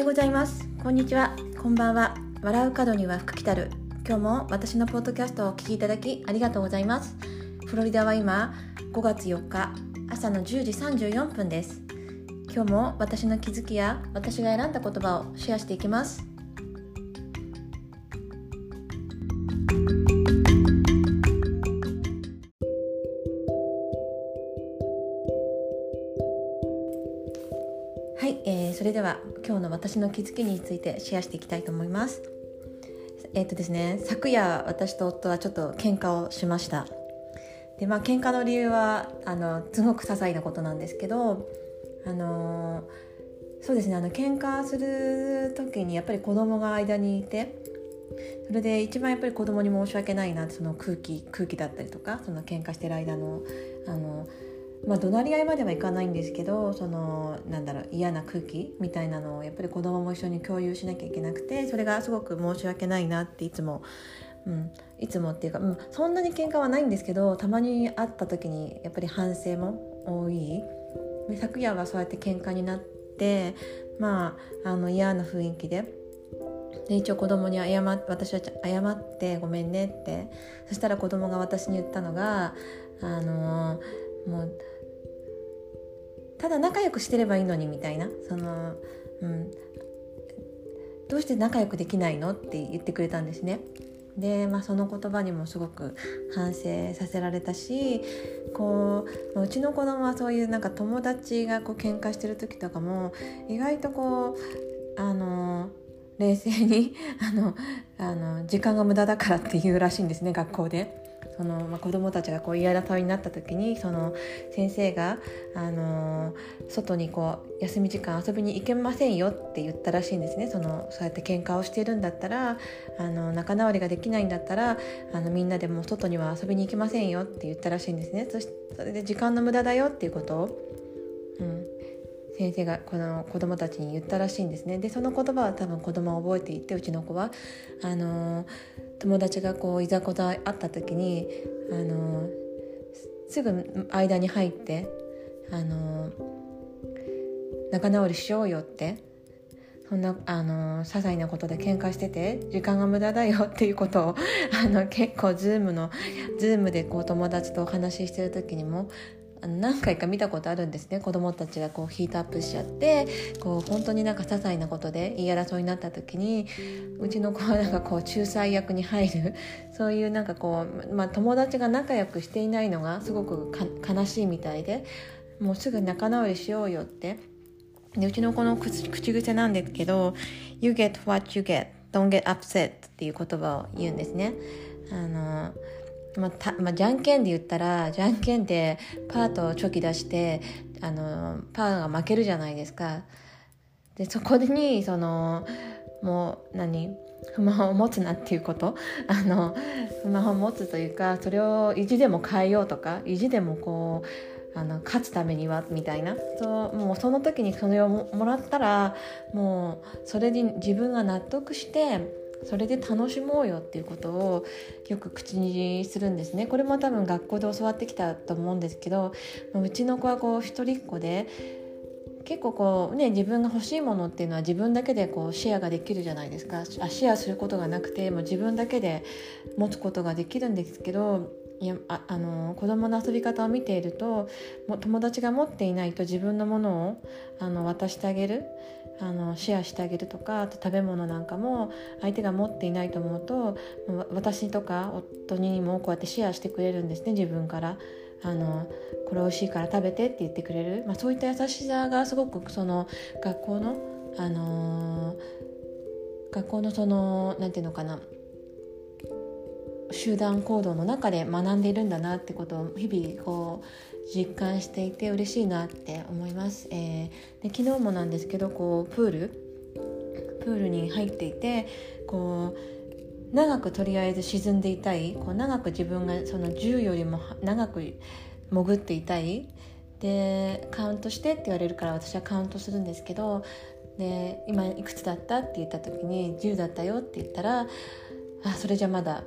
ようございます。こんにちは。こんばんは。笑う角には福来たる。今日も私のポッドキャストをお聞きいただきありがとうございます。フロリダは今5月4日朝の10時34分です。今日も私の気づきや私が選んだ言葉をシェアしていきます。はい、それでは今日の私の気づきについてシェアしていきたいと思います。ですね、昨夜私と夫はちょっと喧嘩をしました。で、喧嘩の理由はすごく些細なことなんですけど、そうですね、喧嘩する時にやっぱり子供が間にいて、それで一番やっぱり子供に申し訳ないなって、その空気だったりとか、その喧嘩してる間の怒鳴り合いまではいかないんですけど、嫌な空気みたいなのをやっぱり子供も一緒に共有しなきゃいけなくて、それがすごく申し訳ないなっていつもっていうか、そんなに喧嘩はないんですけど、たまに会った時にやっぱり反省も多い。で、昨夜はそうやって喧嘩になって、嫌な雰囲気で一応子供に私は謝ってごめんねって。そしたら子供が私に言ったのが、もうただ仲良くしてればいいのにみたいな、どうして仲良くできないのって言ってくれたんですね。で、その言葉にもすごく反省させられたし、うちの子供はそういう友達が喧嘩してる時とかも意外と冷静に時間が無駄だからって言うらしいんですね、学校で。子供たちが言い争いになった時に、その先生が外に休み時間遊びに行けませんよって言ったらしいんですね。そうやって喧嘩をしているんだったら、仲直りができないんだったら、みんなでも外には遊びに行けませんよって言ったらしいんですね。それで時間の無駄だよっていうことを、先生がこの子供たちに言ったらしいんですね。で、その言葉は多分子供は覚えていて、うちの子は友達がいざこざあった時にすぐ間に入って仲直りしようよって、そんな些細なことで喧嘩してて時間が無駄だよっていうことを結構ズームで友達とお話ししてる時にも何回か見たことあるんですね。子供たちがヒートアップしちゃって、本当に些細なことで言い争いになった時に、うちの子は仲裁役に入る、そういう友達が仲良くしていないのがすごく悲しいみたいで、もうすぐ仲直りしようよって。で、うちの子の口癖なんですけど、 You get what you get, don't get upset っていう言葉を言うんですね。じゃんけんで言ったら、じゃんけんでパーとチョキ出してパーが負けるじゃないですか。で、そこに不満を持つなっていうこと、不満を持つというか、それを意地でも変えようとか、意地でも勝つためにはみたいな、もうその時にそれをもらったら、もうそれに自分が納得してそれで楽しもうよっていうことをよく口にするんですね。これも多分学校で教わってきたと思うんですけど、うちの子は一人っ子で、結構自分が欲しいものっていうのは自分だけでシェアができるじゃないですか。シェアすることがなくても自分だけで持つことができるんですけど、子供の遊び方を見ていると、友達が持っていないと自分のものを渡してあげる、シェアしてあげるとか、あと食べ物なんかも相手が持っていないと思うと、私とか夫にもこうやってシェアしてくれるんですね。自分からこれ美味しいから食べてって言ってくれる、そういった優しさがすごく学校のなんていうのかな、集団行動の中で学んでいるんだなってことを日々実感していて嬉しいなって思います。で、昨日もなんですけど、プールに入っていて、長くとりあえず沈んでいたい、長く自分がその10よりも長く潜っていたい。で、カウントしてって言われるから私はカウントするんですけど、で、今いくつだったって言った時に10だったよって言ったら、それじゃまだ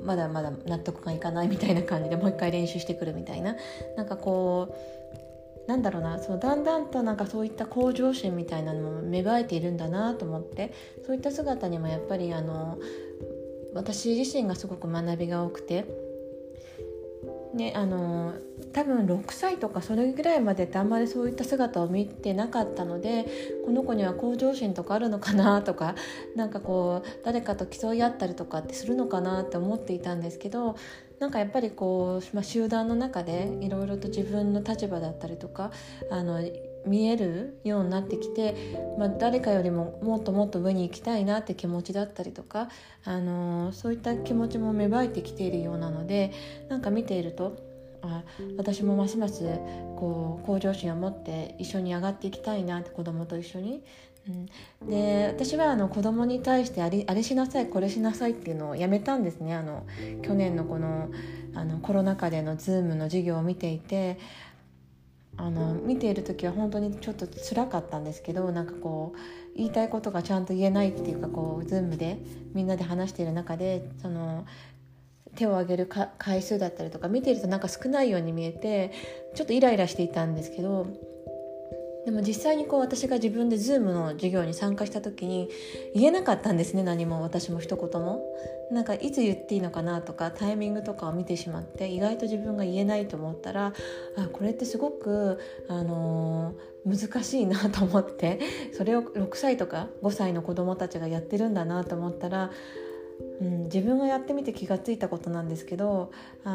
納得がいかないみたいな感じで、もう一回練習してくるみたいな、 なんだろうな、そうだんだんとなんかそういった向上心みたいなのも芽生えているんだなと思って、そういった姿にもやっぱり私自身がすごく学びが多くて、ね、多分6歳とかそれぐらいまでってあんまりそういった姿を見てなかったので、この子には向上心とかあるのかなとか、なんかこう誰かと競い合ったりとかってするのかなって思っていたんですけど、なんかやっぱりこう、集団の中でいろいろと自分の立場だったりとか見えるようになってきて、誰かよりももっともっと上に行きたいなって気持ちだったりとか、そういった気持ちも芽生えてきているようなので、なんか見ていると私もますますこう向上心を持って一緒に上がっていきたいなって、子供と一緒に、で私は子供に対してあれしなさいこれしなさいっていうのをやめたんですね。去年のこのコロナ禍での Zoom の授業を見ていて、見ている時は本当にちょっと辛かったんですけど、なんかこう言いたいことがちゃんと言えないっていうか、こう Zoom でみんなで話している中で手を挙げる回数だったりとか見ているとなんか少ないように見えて、ちょっとイライラしていたんですけど、でも実際にこう私が自分で Zoom の授業に参加した時に言えなかったんですね。何も私も一言も、なんかいつ言っていいのかなとかタイミングとかを見てしまって、意外と自分が言えないと思ったら、これってすごく、難しいなと思って、それを6歳とか5歳の子どもたちがやってるんだなと思ったら、自分がやってみて気がついたことなんですけど、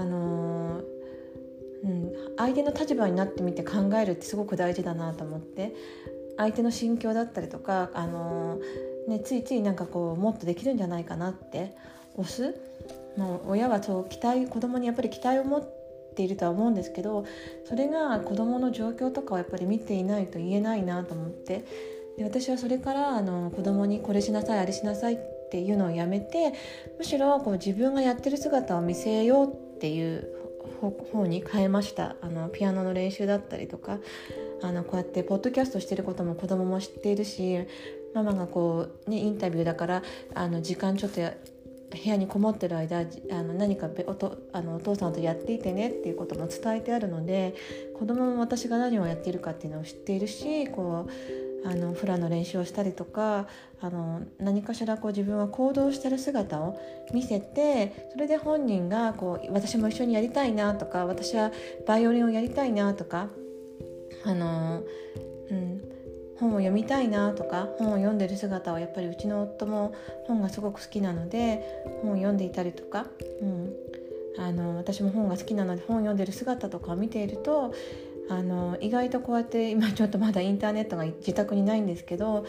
相手の立場になってみて考えるってすごく大事だなと思って、相手の心境だったりとか、ついついなんかこうもっとできるんじゃないかなって押す、親はそう子供にやっぱり期待を持っているとは思うんですけど、それが子供の状況とかをやっぱり見ていないと言えないなと思って、で私はそれから子供にこれしなさいあれしなさいっていうのをやめて、むしろこう自分がやってる姿を見せようっていう方に変えました。ピアノの練習だったりとか、こうやってポッドキャストしてることも子供も知っているし、ママがこう、インタビューだから時間ちょっと部屋にこもってる間何かお父さんとやっていてねっていうことも伝えてあるので、子供も私が何をやっているかっていうのを知っているし、こうフラの練習をしたりとか、何かしらこう自分は行動してる姿を見せて、それで本人がこう私も一緒にやりたいなとか、私はバイオリンをやりたいなとか、本を読みたいなとか、本を読んでる姿はやっぱりうちの夫も本がすごく好きなので本を読んでいたりとか、私も本が好きなので本を読んでる姿とかを見ていると、意外とこうやって今ちょっとまだインターネットが自宅にないんですけど、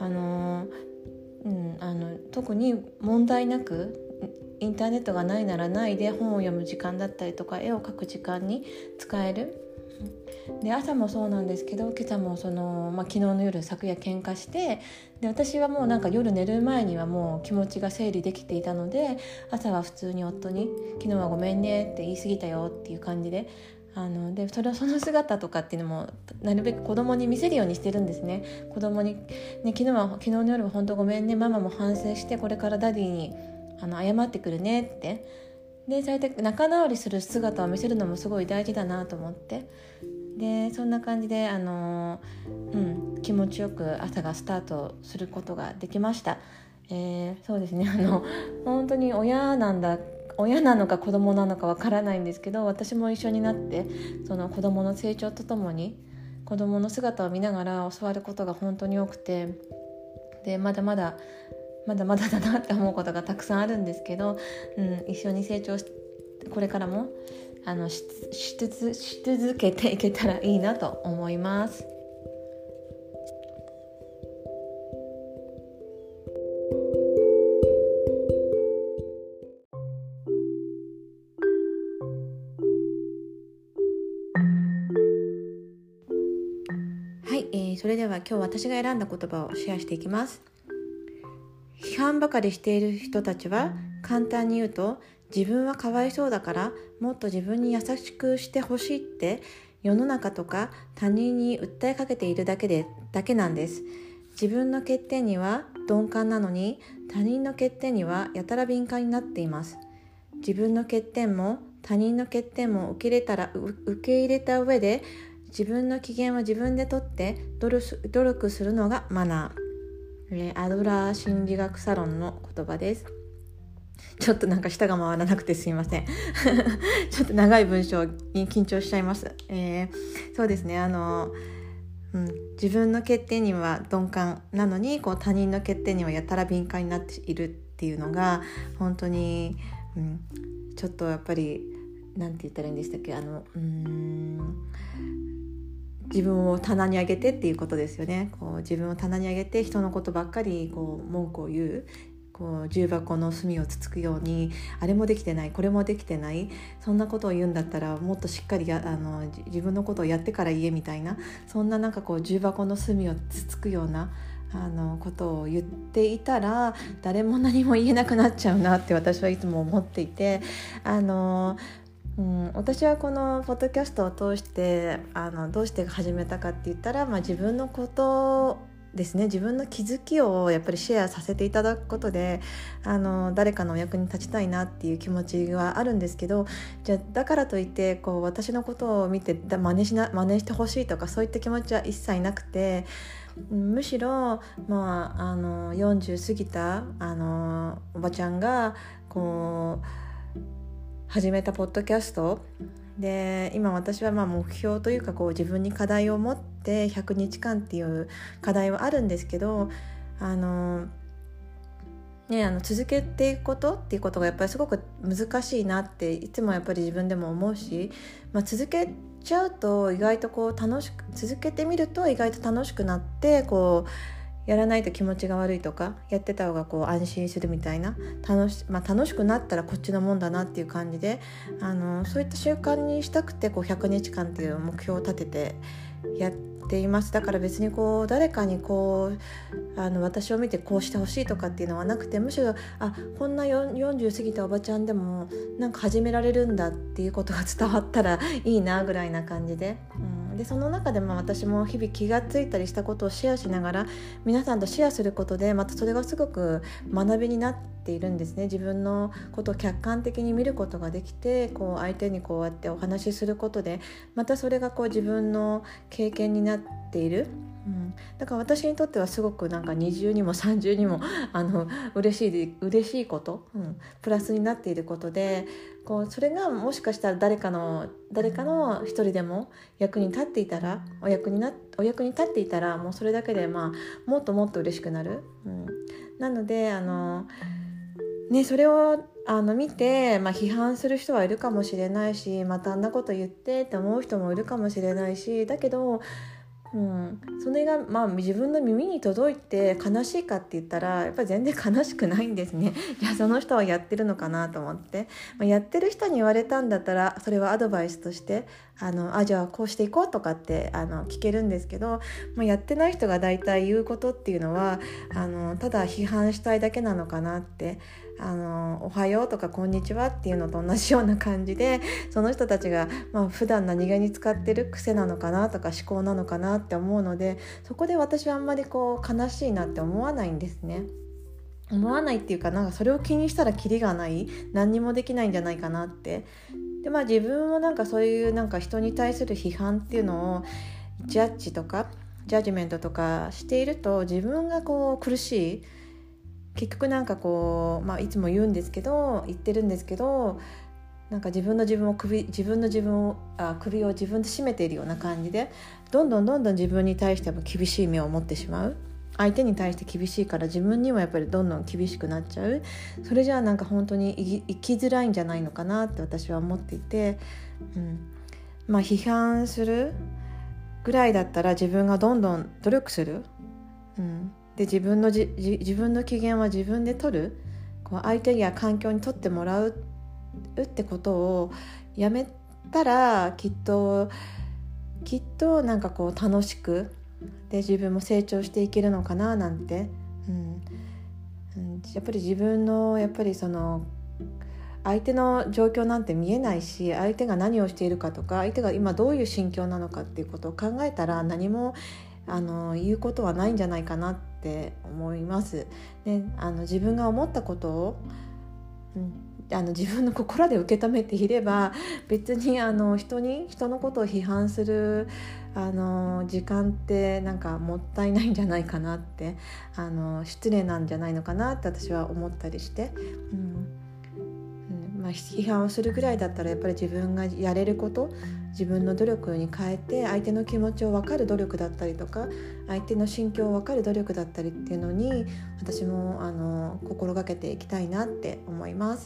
特に問題なくインターネットがないならないで本を読む時間だったりとか絵を描く時間に使える。で朝もそうなんですけど、今朝も昨日の夜昨夜喧嘩して、で私はもうなんか夜寝る前にはもう気持ちが整理できていたので、朝は普通に夫に昨日はごめんねって言い過ぎたよっていう感じででその姿とかっていうのもなるべく子供に見せるようにしてるんですね。子供に、昨日の夜は本当ごめんね、ママも反省してこれからダディに謝ってくるねって、でそうやって仲直りする姿を見せるのもすごい大事だなと思って、でそんな感じで気持ちよく朝がスタートすることができました。そうですね、本当に親なのか子供なのかわからないんですけど、私も一緒になってその子供の成長とともに子供の姿を見ながら教わることが本当に多くて、でまだまだだなって思うことがたくさんあるんですけど、一緒に成長しこれからもし続けていけたらいいなと思います。はい、それでは今日私が選んだ言葉をシェアしていきます。批判ばかりしている人たちは簡単に言うと、自分はかわいそうだからもっと自分に優しくしてほしいって世の中とか他人に訴えかけているだけなんです。自分の欠点には鈍感なのに、他人の欠点にはやたら敏感になっています。自分の欠点も他人の欠点も受け入れた上で、 自分の機嫌は自分でとって努力するのがマナー。アドラー心理学サロンの言葉です。ちょっとなんか舌が回らなくてすいませんちょっと長い文章に緊張しちゃいます。そうですね、自分の欠点には鈍感なのに他人の欠点にはやたら敏感になっているっていうのが本当に、ちょっとやっぱりなんて言ったらいいんでしたっけ、自分を棚に上げてっていうことですよね。自分を棚に上げて人のことばっかり文句を言う、重箱の隅をつつくように、あれもできてないこれもできてない、そんなことを言うんだったらもっとしっかり自分のことをやってから言えみたいな、そんな重箱の隅をつつくようなことを言っていたら誰も何も言えなくなっちゃうなって私はいつも思っていて、私はこのポッドキャストを通してどうして始めたかって言ったら、自分のことですね、自分の気づきをやっぱりシェアさせていただくことで誰かのお役に立ちたいなっていう気持ちはあるんですけど、じゃあだからといって私のことを見て真似してほしいとかそういった気持ちは一切なくて、むしろ、40過ぎたおばちゃんが始めたポッドキャストで、今私は目標というか自分に課題を持って100日間っていう課題はあるんですけど、続けていくことっていうことがやっぱりすごく難しいなっていつもやっぱり自分でも思うし、続けちゃうと意外と続けてみると意外と楽しくなってやらないと気持ちが悪いとか、やってた方が安心するみたいな、楽しくなったらこっちのもんだなっていう感じでそういった習慣にしたくて100日間っていう目標を立ててやっています。だから別に誰かに私を見てこうしてほしいとかっていうのはなくて、むしろこんな40過ぎたおばちゃんでもなんか始められるんだっていうことが伝わったらいいなぐらいな感じで、でその中で私も日々気がついたりしたことをシェアしながら皆さんとシェアすることで、またそれがすごく学びになっているんですね。自分のことを客観的に見ることができて、相手にこうやってお話しすることでまたそれが自分の経験になっている、だから私にとってはすごくなんか20にも30にも嬉しいこと、プラスになっていることで、それがもしかしたら誰かの一人でも役に立っていたらお役に立っていたらもうそれだけでもっともっと嬉しくなる、なのでそれを見て、批判する人はいるかもしれないし、またあんなこと言ってって思う人もいるかもしれないし、だけどそれが自分の耳に届いて悲しいかって言ったらやっぱり全然悲しくないんですね。じゃあその人はやってるのかなと思って、やってる人に言われたんだったらそれはアドバイスとしてじゃあこうしていこうとかって聞けるんですけど、やってない人が大体言うことっていうのはただ批判したいだけなのかなって、おはようとかこんにちはっていうのと同じような感じで、その人たちが普段何気に使ってる癖なのかなとか思考なのかなって思うので、そこで私はあんまり悲しいなって思わないんですね。思わないっていうか、なんかそれを気にしたらキリがない、何にもできないんじゃないかなって。で自分もなんかそういうなんか人に対する批判っていうのをジャッジメントとかしていると自分が苦しい、結局なんかいつも言ってるんですけど、なんか首を自分で絞めているような感じでどんどん自分に対しても厳しい目を持ってしまう。相手に対して厳しいから自分にもやっぱりどんどん厳しくなっちゃう。それじゃあなんか本当に生きづらいんじゃないのかなって私は思っていて、批判するぐらいだったら自分がどんどん努力する、で自分の機嫌は自分で取る、相手や環境に取ってもらうってことをやめたらきっとなんか楽しくで自分も成長していけるのかななんて、やっぱり自分の相手の状況なんて見えないし、相手が何をしているかとか相手が今どういう心境なのかっていうことを考えたら何も言うことはないんじゃないかなって思います、自分が思ったことを、 自分の心で受け止めていれば、別に人のことを批判する時間ってなんかもったいないんじゃないかなって、失礼なんじゃないのかなって私は思ったりして、批判をするぐらいだったらやっぱり自分がやれること、自分の努力に変えて相手の気持ちを分かる努力だったりとか、相手の心境を分かる努力だったりっていうのに私も心がけていきたいなって思います。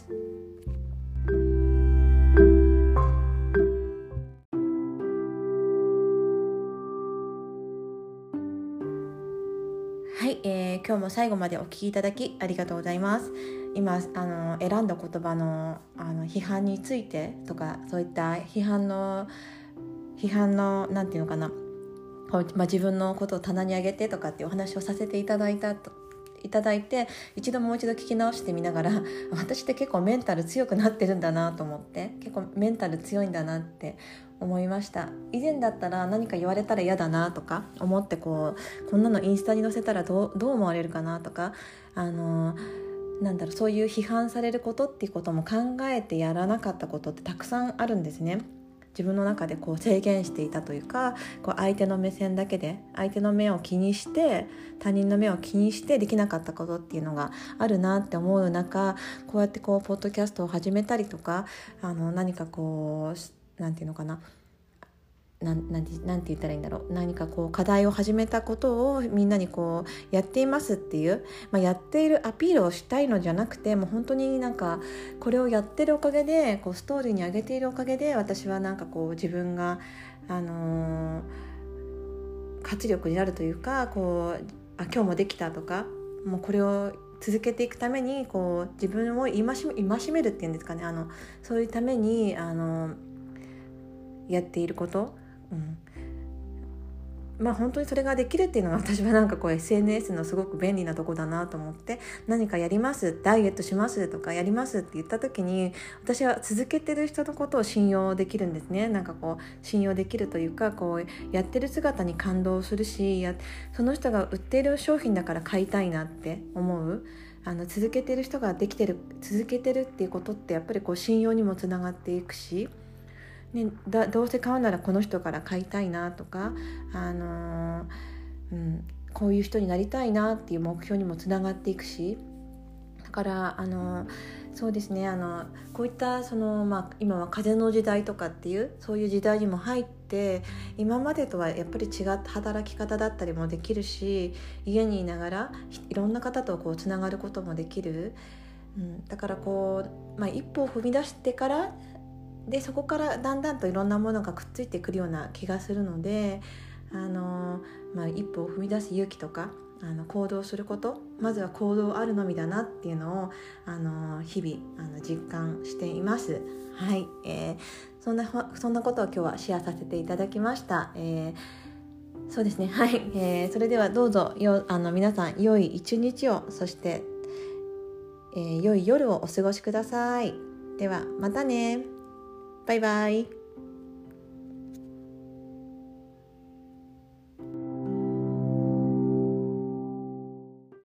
はい、今日も最後までお聞きいただきありがとうございます。今選んだ言葉の批判についてとか、そういった批判のなんていうのかな、自分のことを棚に上げてとかっていうお話をさせていただいて、もう一度聞き直してみながら、私って結構メンタル強くなってるんだなと思って、結構メンタル強いんだなって思いました。以前だったら何か言われたら嫌だなとか思って、こんなのインスタに載せたらどう思われるかなとか、そういう批判されることっていうことも考えてやらなかったことってたくさんあるんですね。自分の中で制限していたというか、相手の目線だけで、相手の目を気にして、他人の目を気にしてできなかったことっていうのがあるなって思う中、こうやってポッドキャストを始めたりとか、何かなんていうのかな、なんて言ったらいいんだろう、何か課題を始めたことをみんなにやっていますっていう、やっているアピールをしたいのじゃなくて、もう本当にこれをやってるおかげで、ストーリーに上げているおかげで、私は自分が活力になるというか、今日もできたとか、もうこれを続けていくために自分を戒めるっていうんですかね、そういうためにやっていること、本当にそれができるっていうのが、私はSNS のすごく便利なとこだなと思って、何かやります、ダイエットしますとかやりますって言った時に、私は続けてる人のことを信用できるんですね。信用できるというか、やってる姿に感動するし、その人が売っている商品だから買いたいなって思う。続けてる人が続けてるっていうことってやっぱり信用にもつながっていくし、どうせ買うならこの人から買いたいなとか、こういう人になりたいなっていう目標にもつながっていくし、だからそうですね、こういった今は風の時代とかっていう、そういう時代にも入って、今までとはやっぱり違った働き方だったりもできるし、家にいながらいろんな方とつながることもできる、だから一歩を踏み出してからで、そこからだんだんといろんなものがくっついてくるような気がするので、一歩を踏み出す勇気とか行動すること、まずは行動あるのみだなっていうのを日々実感しています。はい、そんなことを今日はシェアさせていただきました。そうですね、はい、それではどうぞ皆さん良い一日を、そして、良い夜をお過ごしください。ではまたね。バイバイ。